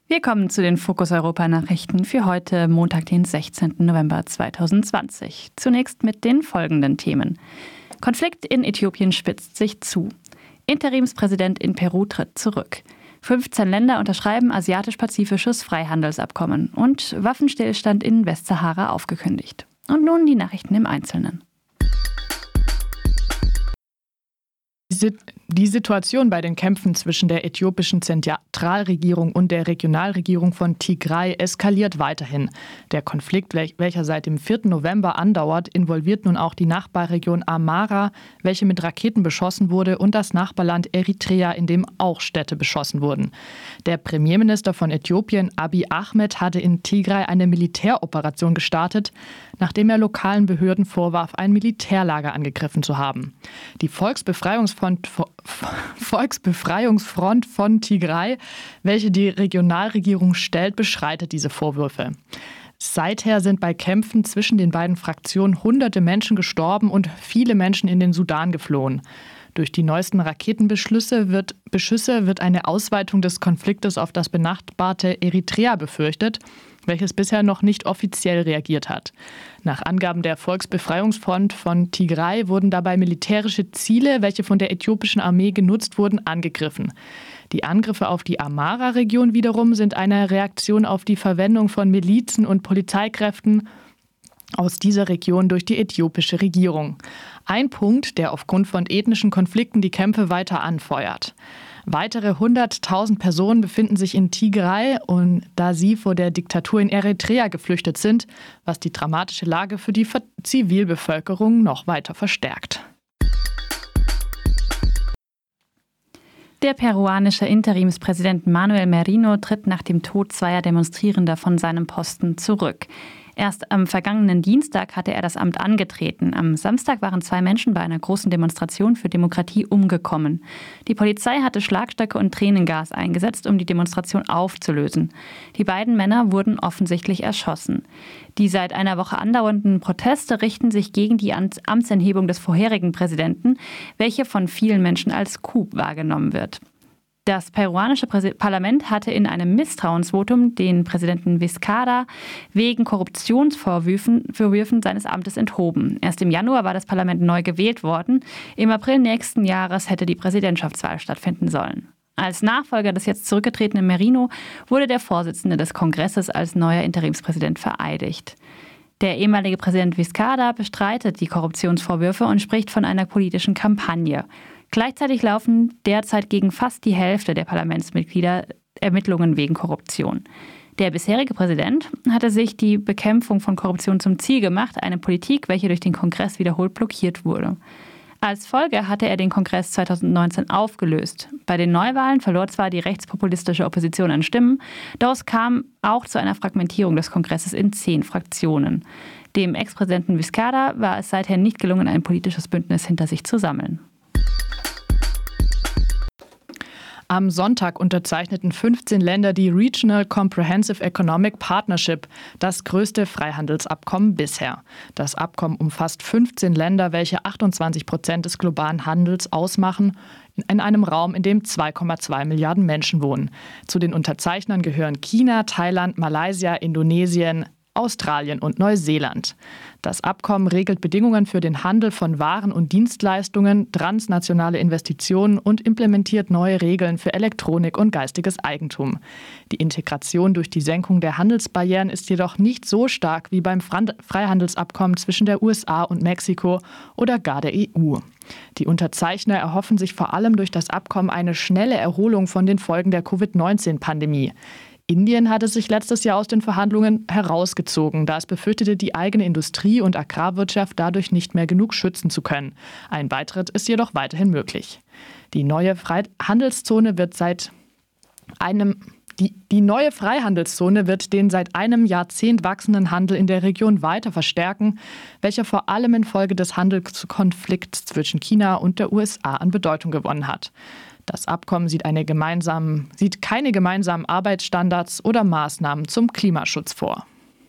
Wir kommen zu den Fokus Europa Nachrichten für heute Montag, den 16. November 2020. Zunächst mit den folgenden Themen. Konflikt in Äthiopien spitzt sich zu. Interimspräsident in Peru tritt zurück. 15 Länder unterschreiben asiatisch-pazifisches Freihandelsabkommen und Waffenstillstand in Westsahara aufgekündigt. Und nun die Nachrichten im Einzelnen. Die Situation bei den Kämpfen zwischen der äthiopischen Zentralregierung und der Regionalregierung von Tigray eskaliert weiterhin. Der Konflikt, welcher seit dem 4. November andauert, involviert nun auch die Nachbarregion Amhara, welche mit Raketen beschossen wurde, und das Nachbarland Eritrea, in dem auch Städte beschossen wurden. Der Premierminister von Äthiopien, Abiy Ahmed, hatte in Tigray eine Militäroperation gestartet, nachdem er lokalen Behörden vorwarf, ein Militärlager angegriffen zu haben. Die Volksbefreiungsfront von Tigray, welche die Regionalregierung stellt, bestreitet diese Vorwürfe. Seither sind bei Kämpfen zwischen den beiden Fraktionen hunderte Menschen gestorben und viele Menschen in den Sudan geflohen. Durch die neuesten Raketenbeschüsse wird eine Ausweitung des Konfliktes auf das benachbarte Eritrea befürchtet, welches bisher noch nicht offiziell reagiert hat. Nach Angaben der Volksbefreiungsfront von Tigray wurden dabei militärische Ziele, welche von der äthiopischen Armee genutzt wurden, angegriffen. Die Angriffe auf die Amhara-Region wiederum sind eine Reaktion auf die Verwendung von Milizen und Polizeikräften aus dieser Region durch die äthiopische Regierung. Ein Punkt, der aufgrund von ethnischen Konflikten die Kämpfe weiter anfeuert. Weitere 100.000 Personen befinden sich in Tigray, und da sie vor der Diktatur in Eritrea geflüchtet sind, was die dramatische Lage für die Zivilbevölkerung noch weiter verstärkt. Der peruanische Interimspräsident Manuel Merino tritt nach dem Tod zweier Demonstrierender von seinem Posten zurück. Erst am vergangenen Dienstag hatte er das Amt angetreten. Am Samstag waren 2 Menschen bei einer großen Demonstration für Demokratie umgekommen. Die Polizei hatte Schlagstöcke und Tränengas eingesetzt, um die Demonstration aufzulösen. Die beiden Männer wurden offensichtlich erschossen. Die seit einer Woche andauernden Proteste richten sich gegen die Amtsenthebung des vorherigen Präsidenten, welche von vielen Menschen als Coup wahrgenommen wird. Das peruanische Parlament hatte in einem Misstrauensvotum den Präsidenten Vizcarra wegen Korruptionsvorwürfen seines Amtes enthoben. Erst im Januar war das Parlament neu gewählt worden. Im April nächsten Jahres hätte die Präsidentschaftswahl stattfinden sollen. Als Nachfolger des jetzt zurückgetretenen Merino wurde der Vorsitzende des Kongresses als neuer Interimspräsident vereidigt. Der ehemalige Präsident Vizcarra bestreitet die Korruptionsvorwürfe und spricht von einer politischen Kampagne. Gleichzeitig laufen derzeit gegen fast die Hälfte der Parlamentsmitglieder Ermittlungen wegen Korruption. Der bisherige Präsident hatte sich die Bekämpfung von Korruption zum Ziel gemacht, eine Politik, welche durch den Kongress wiederholt blockiert wurde. Als Folge hatte er den Kongress 2019 aufgelöst. Bei den Neuwahlen verlor zwar die rechtspopulistische Opposition an Stimmen, doch es kam auch zu einer Fragmentierung des Kongresses in 10 Fraktionen. Dem Ex-Präsidenten Vizcarra war es seither nicht gelungen, ein politisches Bündnis hinter sich zu sammeln. Am Sonntag unterzeichneten 15 Länder die Regional Comprehensive Economic Partnership, das größte Freihandelsabkommen bisher. Das Abkommen umfasst 15 Länder, welche 28% des globalen Handels ausmachen, in einem Raum, in dem 2,2 Milliarden Menschen wohnen. Zu den Unterzeichnern gehören China, Thailand, Malaysia, Indonesien, Australien und Neuseeland. Das Abkommen regelt Bedingungen für den Handel von Waren und Dienstleistungen, transnationale Investitionen und implementiert neue Regeln für Elektronik und geistiges Eigentum. Die Integration durch die Senkung der Handelsbarrieren ist jedoch nicht so stark wie beim Freihandelsabkommen zwischen der USA und Mexiko oder gar der EU. Die Unterzeichner erhoffen sich vor allem durch das Abkommen eine schnelle Erholung von den Folgen der Covid-19-Pandemie. Indien hatte sich letztes Jahr aus den Verhandlungen herausgezogen, da es befürchtete, die eigene Industrie und Agrarwirtschaft dadurch nicht mehr genug schützen zu können. Ein Beitritt ist jedoch weiterhin möglich. Die neue Freihandelszone wird den seit einem Jahrzehnt wachsenden Handel in der Region weiter verstärken, welcher vor allem infolge des Handelskonflikts zwischen China und der USA an Bedeutung gewonnen hat. Das Abkommen sieht keine gemeinsamen Arbeitsstandards oder Maßnahmen zum Klimaschutz vor.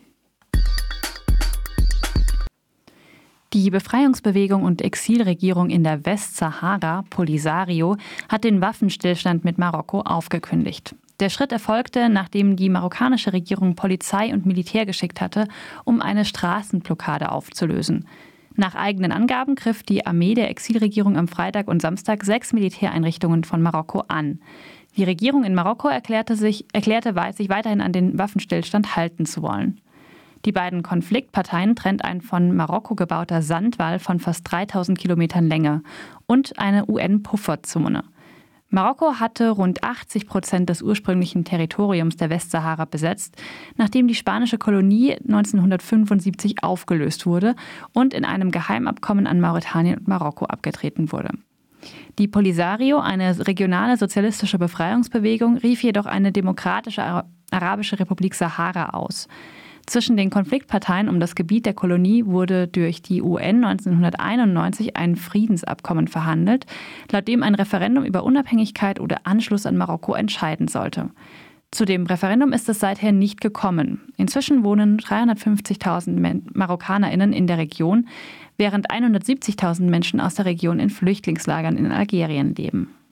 Die Befreiungsbewegung und Exilregierung in der Westsahara, Polisario, hat den Waffenstillstand mit Marokko aufgekündigt. Der Schritt erfolgte, nachdem die marokkanische Regierung Polizei und Militär geschickt hatte, um eine Straßenblockade aufzulösen. Nach eigenen Angaben griff die Armee der Exilregierung am Freitag und Samstag 6 Militäreinrichtungen von Marokko an. Die Regierung in Marokko erklärte sich weiterhin an den Waffenstillstand halten zu wollen. Die beiden Konfliktparteien trennt ein von Marokko gebauter Sandwall von fast 3000 Kilometern Länge und eine UN-Pufferzone. Marokko hatte rund 80% des ursprünglichen Territoriums der Westsahara besetzt, nachdem die spanische Kolonie 1975 aufgelöst wurde und in einem Geheimabkommen an Mauretanien und Marokko abgetreten wurde. Die Polisario, eine regionale sozialistische Befreiungsbewegung, rief jedoch eine demokratische Arabische Republik Sahara aus. Zwischen den Konfliktparteien um das Gebiet der Kolonie wurde durch die UN 1991 ein Friedensabkommen verhandelt, laut dem ein Referendum über Unabhängigkeit oder Anschluss an Marokko entscheiden sollte. Zu dem Referendum ist es seither nicht gekommen. Inzwischen wohnen 350.000 MarokkanerInnen in der Region, während 170.000 Menschen aus der Region in Flüchtlingslagern in Algerien leben.